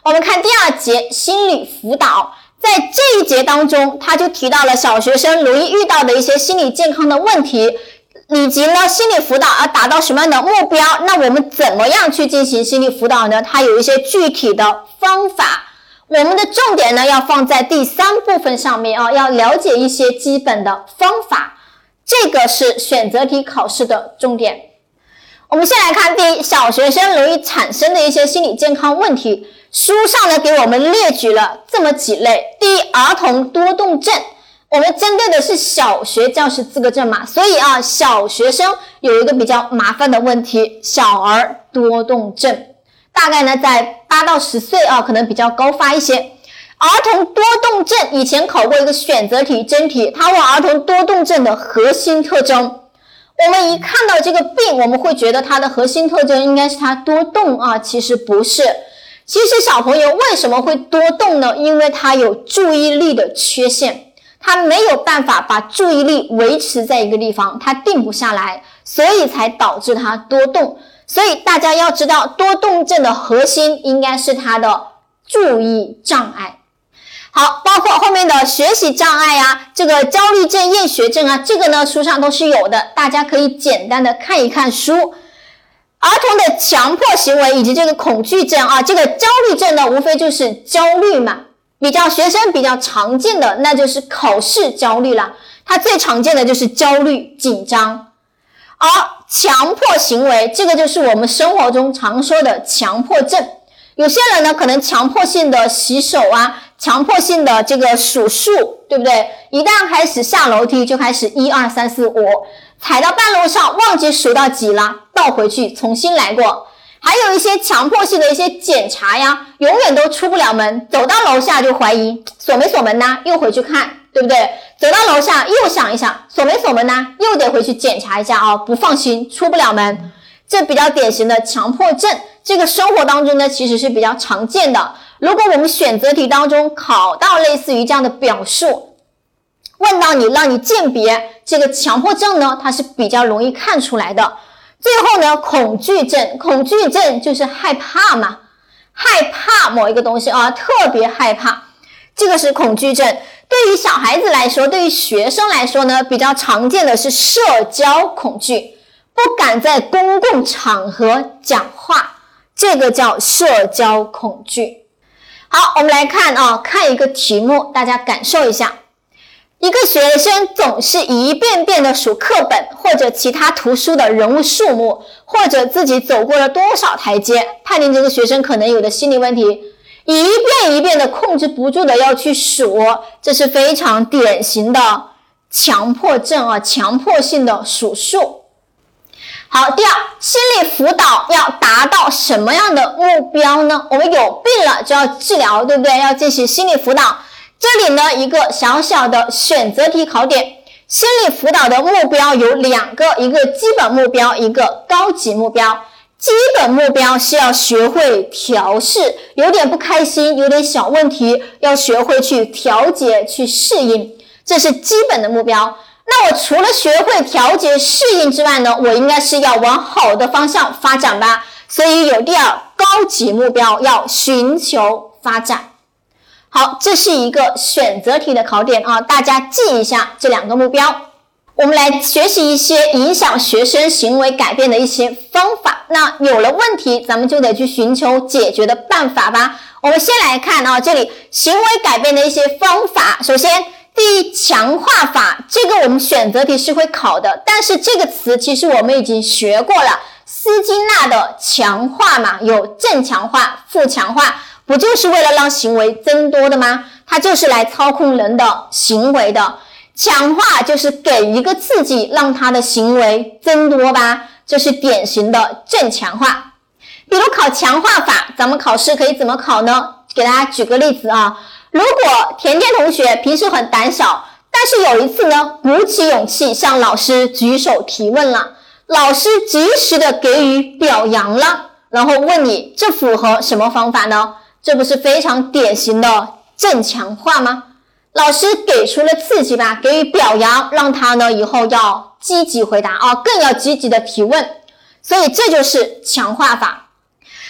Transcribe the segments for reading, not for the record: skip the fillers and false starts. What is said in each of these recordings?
我们看第2节心理辅导，在这一节当中，他就提到了小学生容易遇到的一些心理健康的问题，以及呢心理辅导要达到什么样的目标，那我们怎么样去进行心理辅导呢？它有一些具体的方法。我们的重点呢要放在第3部分上面啊，要了解一些基本的方法，这个是选择题考试的重点。我们先来看第一，小学生容易产生的一些心理健康问题。书上呢给我们列举了这么几类。第一，儿童多动症。我们针对的是小学教师资格证嘛，所以啊，小学生有一个比较麻烦的问题，小儿多动症。大概呢在8到10岁啊，可能比较高发一些。儿童多动症以前考过一个选择题真题，它问儿童多动症的核心特征。我们一看到这个病，我们会觉得它的核心特征应该是它多动啊，其实不是。其实小朋友为什么会多动呢？因为他有注意力的缺陷，他没有办法把注意力维持在一个地方，他定不下来，所以才导致他多动。所以大家要知道，多动症的核心应该是他的注意障碍。好，包括后面的学习障碍啊，这个焦虑症、厌学症啊，这个呢书上都是有的，大家可以简单的看一看书。儿童的强迫行为以及这个恐惧症啊，这个焦虑症呢无非就是焦虑嘛，学生比较常见的那就是考试焦虑了，它最常见的就是焦虑紧张。而强迫行为，这个就是我们生活中常说的强迫症。有些人呢可能强迫性的洗手啊，强迫性的这个数数，对不对？一旦开始下楼梯就开始1、2、3、4、5，踩到半路上忘记数到几了，倒回去重新来过。还有一些强迫性的一些检查呀，永远都出不了门，走到楼下就怀疑锁没锁门呢，又回去看，对不对？走到楼下又想一想锁没锁门呢，又得回去检查一下啊，不放心出不了门。这比较典型的强迫症，这个生活当中呢其实是比较常见的。如果我们选择题当中考到类似于这样的表述，问到你让你鉴别这个强迫症呢，它是比较容易看出来的。最后呢，恐惧症，恐惧症就是害怕嘛，害怕某一个东西啊，特别害怕，这个是恐惧症。对于小孩子来说，对于学生来说呢，比较常见的是社交恐惧，不敢在公共场合讲话，这个叫社交恐惧。好，我们来看看一个题目，大家感受一下。一个学生总是一遍遍的数课本或者其他图书的人物数目，或者自己走过了多少台阶，判定这个学生可能有的心理问题，一遍一遍的控制不住的要去数，这是非常典型的强迫症啊，强迫性的数数。好，第二，心理辅导要达到什么样的目标呢？我们有病了就要治疗，对不对？要进行心理辅导。这里呢一个小小的选择题考点，心理辅导的目标有2个，一个基本目标，一个高级目标。基本目标是要学会调试，有点不开心，有点小问题，要学会去调节，去适应，这是基本的目标。那我除了学会调节适应之外呢，我应该是要往好的方向发展吧，所以有第2，高级目标，要寻求发展。好，这是一个选择题的考点啊，大家记一下这2个目标。我们来学习一些影响学生行为改变的一些方法。那有了问题，咱们就得去寻求解决的办法吧。我们先来看这里行为改变的一些方法。首先，第一，强化法，这个我们选择题是会考的，但是这个词其实我们已经学过了。斯金纳的强化嘛，有正强化、负强化，不就是为了让行为增多的吗？它就是来操控人的行为的。强化就是给一个刺激，让他的行为增多吧，这是典型的正强化。比如考强化法，咱们考试可以怎么考呢？给大家举个例子啊，如果甜甜同学平时很胆小，但是有一次呢，鼓起勇气向老师举手提问了，老师及时的给予表扬了，然后问你这符合什么方法呢？这不是非常典型的正强化吗？老师给出了刺激吧，给予表扬，让他呢以后要积极回答更要积极的提问，所以这就是强化法。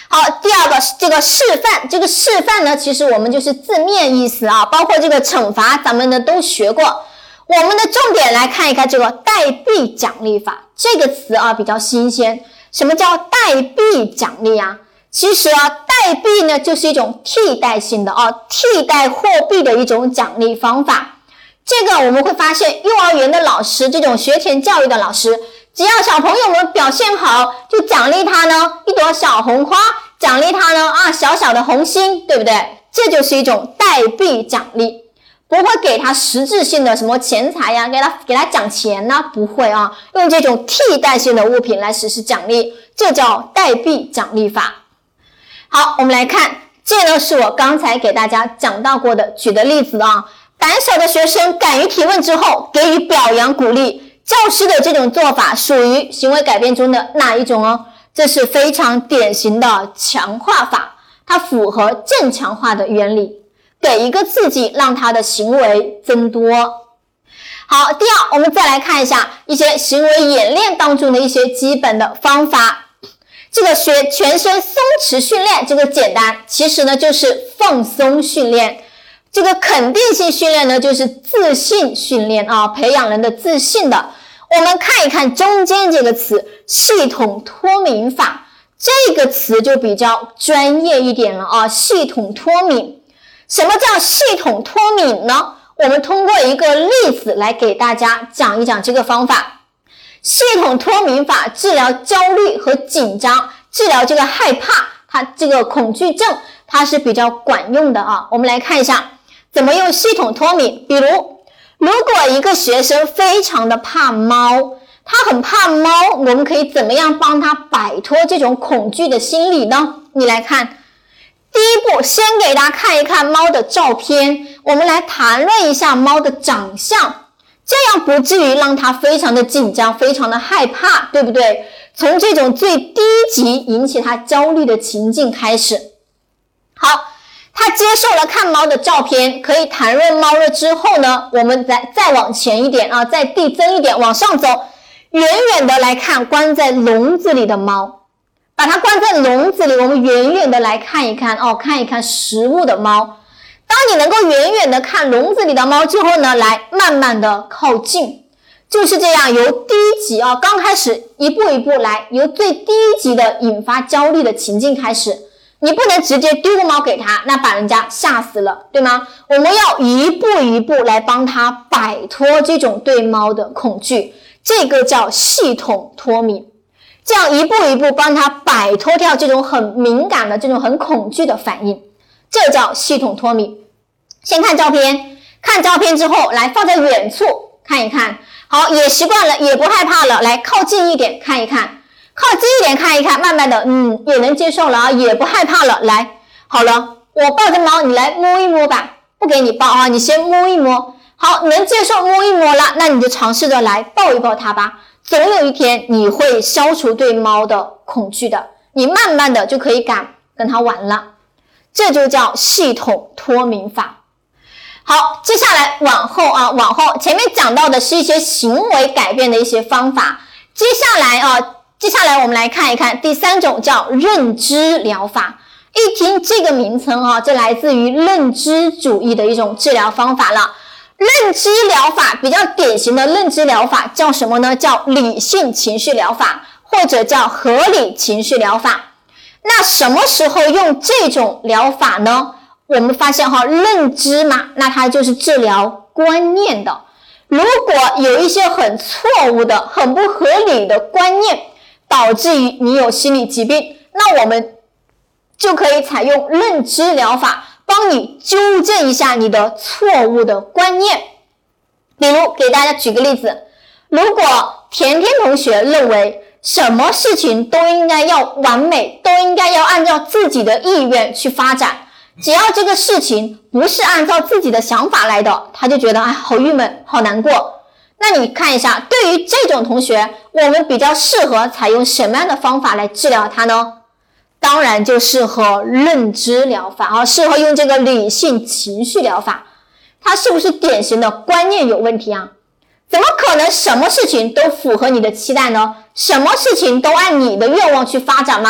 好，第二个这个示范，这个示范呢，其实我们就是字面意思啊，包括这个惩罚，咱们呢都学过。我们的重点来看一看这个代币奖励法这个词啊，比较新鲜。什么叫代币奖励啊？其实啊，代币呢就是一种替代性的替代货币的一种奖励方法。这个我们会发现，幼儿园的老师，这种学前教育的老师，只要小朋友们表现好，就奖励他呢一朵小红花，奖励他呢小小的红心，对不对？这就是一种代币奖励，不会给他实质性的什么钱财呀，给他奖钱呢，不会啊，用这种替代性的物品来实施奖励，这叫代币奖励法。好，我们来看，这呢是我刚才给大家讲到过的，举的例子啊。胆小的学生敢于提问之后，给予表扬鼓励，教师的这种做法属于行为改变中的哪一种哦？这是非常典型的强化法，它符合正强化的原理，给一个刺激，让他的行为增多。好，第二，我们再来看一下一些行为演练当中的一些基本的方法。这个学全身松弛训练，这个简单，其实呢就是放松训练。这个肯定性训练呢，就是自信训练啊，培养人的自信的。我们看一看中间这个词，系统脱敏法，这个词就比较专业一点了啊。系统脱敏，什么叫系统脱敏呢？我们通过一个例子来给大家讲一讲这个方法。系统脱敏法治疗焦虑和紧张，治疗这个害怕，它这个恐惧症，它是比较管用的啊。我们来看一下怎么用系统脱敏。比如果一个学生非常的怕猫，他很怕猫，我们可以怎么样帮他摆脱这种恐惧的心理呢？你来看，第一步，先给大家看一看猫的照片，我们来谈论一下猫的长相，这样不至于让他非常的紧张，非常的害怕，对不对？从这种最低级引起他焦虑的情境开始。好，他接受了看猫的照片，可以谈论猫了之后呢，我们再往前一点啊，再递增一点，往上走，远远的来看关在笼子里的猫，把它关在笼子里，我们远远的来看一看看一看食物的猫。当你能够远远的看笼子里的猫之后呢，来慢慢的靠近，就是这样由低级刚开始一步一步来，由最低级的引发焦虑的情境开始。你不能直接丢个猫给他，那把人家吓死了，对吗？我们要一步一步来帮他摆脱这种对猫的恐惧，这个叫系统脱敏。这样一步一步帮他摆脱掉这种很敏感的这种很恐惧的反应，这叫系统脱敏。先看照片，看照片之后来放在远处看一看，好，也习惯了，也不害怕了，来靠近一点看一看，靠近一点看一看，慢慢的也能接受了也不害怕了。来，好了，我抱着猫，你来摸一摸吧，不给你抱你先摸一摸。好，能接受摸一摸了，那你就尝试着来抱一抱它吧，总有一天你会消除对猫的恐惧的，你慢慢的就可以敢跟它玩了，这就叫系统脱敏法。好，接下来往后前面讲到的是一些行为改变的一些方法，接下来我们来看一看第三种叫认知疗法。一听这个名称这来自于认知主义的一种治疗方法了。认知疗法比较典型的认知疗法叫什么呢？叫理性情绪疗法，或者叫合理情绪疗法。那什么时候用这种疗法呢？我们发现认知嘛，那它就是治疗观念的。如果有一些很错误的、很不合理的观念，导致于你有心理疾病，那我们就可以采用认知疗法，帮你纠正一下你的错误的观念。比如给大家举个例子，如果甜甜同学认为什么事情都应该要完美，都应该要按照自己的意愿去发展，只要这个事情不是按照自己的想法来的，他就觉得好郁闷，好难过。那你看一下，对于这种同学，我们比较适合采用什么样的方法来治疗他呢？当然就适合认知疗法适合用这个理性情绪疗法。它是不是典型的观念有问题啊？怎么可能什么事情都符合你的期待呢？什么事情都按你的愿望去发展吗？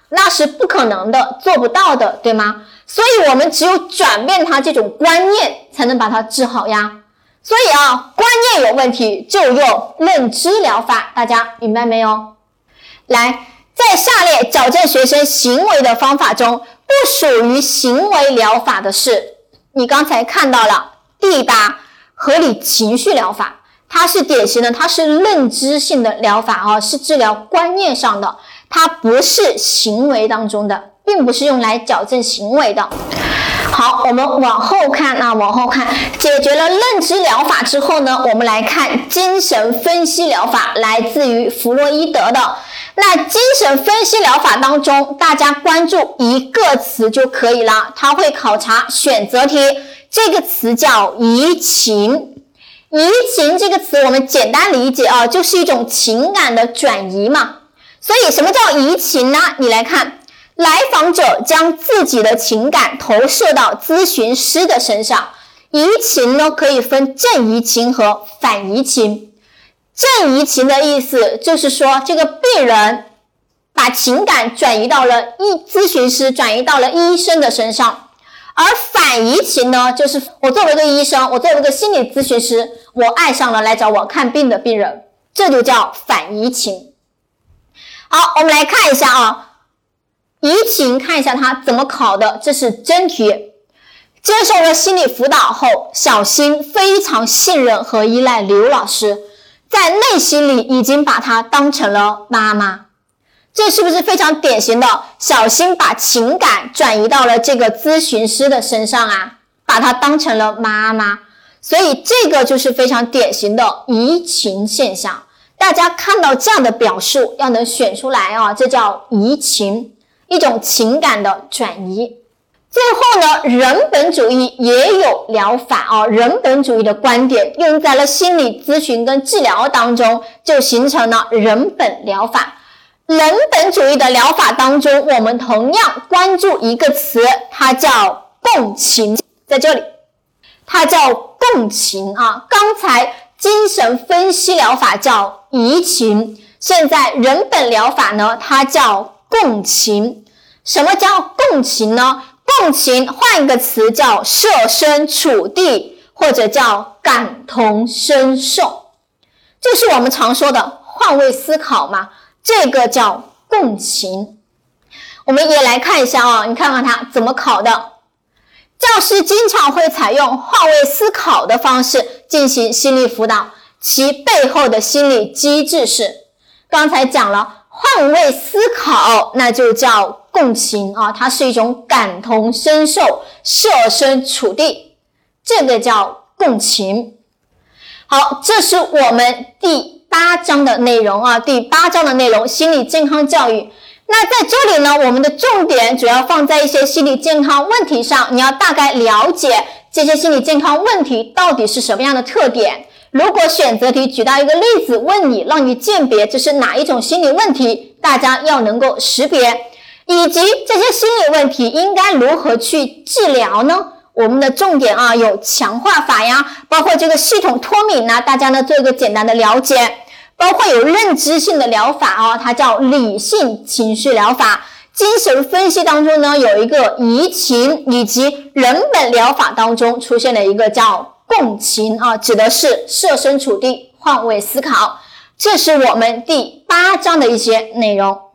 那是不可能的，做不到的，对吗？所以我们只有转变他这种观念，才能把它治好呀。所以观念有问题就用认知疗法，大家明白没有？来，在下列矫正学生行为的方法中，不属于行为疗法的是，你刚才看到了第8，合理情绪疗法，它是典型的，它是认知性的疗法是治疗观念上的，它不是行为当中的，并不是用来矫正行为的。好，我们往后看解决了认知疗法之后呢，我们来看精神分析疗法，来自于弗洛伊德的。那精神分析疗法当中，大家关注一个词就可以了，它会考察选择题，这个词叫移情。移情这个词我们简单理解就是一种情感的转移嘛。所以什么叫移情呢？你来看，来访者将自己的情感投射到咨询师的身上。移情呢，可以分正移情和反移情。正移情的意思就是说，这个病人把情感转移到了咨询师，转移到了医生的身上。而反移情呢，就是我作为一个医生，我作为一个心理咨询师，我爱上了来找我看病的病人，这就叫反移情。好，我们来看一下移情，看一下它怎么考的，这是真题。接受了心理辅导后，小新非常信任和依赖刘老师，在内心里已经把她当成了妈妈。这是不是非常典型的小新把情感转移到了这个咨询师的身上把她当成了妈妈？所以这个就是非常典型的移情现象。大家看到这样的表述要能选出来这叫移情，一种情感的转移。最后呢，人本主义也有疗法人本主义的观点用在了心理咨询跟治疗当中，就形成了人本疗法。人本主义的疗法当中，我们同样关注一个词，它叫共情，在这里它叫共情刚才精神分析疗法叫移情，现在人本疗法呢，它叫共情。什么叫共情呢？共情换一个词叫设身处地，或者叫感同身受，就是我们常说的换位思考嘛，这个叫共情。我们也来看一下你看看它怎么考的。教师经常会采用换位思考的方式进行心理辅导，其背后的心理机制是，刚才讲了换位思考，那就叫共情它是一种感同身受，设身处地，这个叫共情。好，这是我们第8章的内容第8章的内容，心理健康教育。那在这里呢，我们的重点主要放在一些心理健康问题上，你要大概了解这些心理健康问题到底是什么样的特点。如果选择题举到一个例子问你，让你鉴别这是哪一种心理问题，大家要能够识别，以及这些心理问题应该如何去治疗呢？我们的重点有强化法呀，包括这个系统脱敏大家呢做一个简单的了解，包括有认知性的疗法它叫理性情绪疗法。精神分析当中呢有一个移情，以及人本疗法当中出现了一个叫共情指的是设身处地，换位思考。这是我们第8章的一些内容。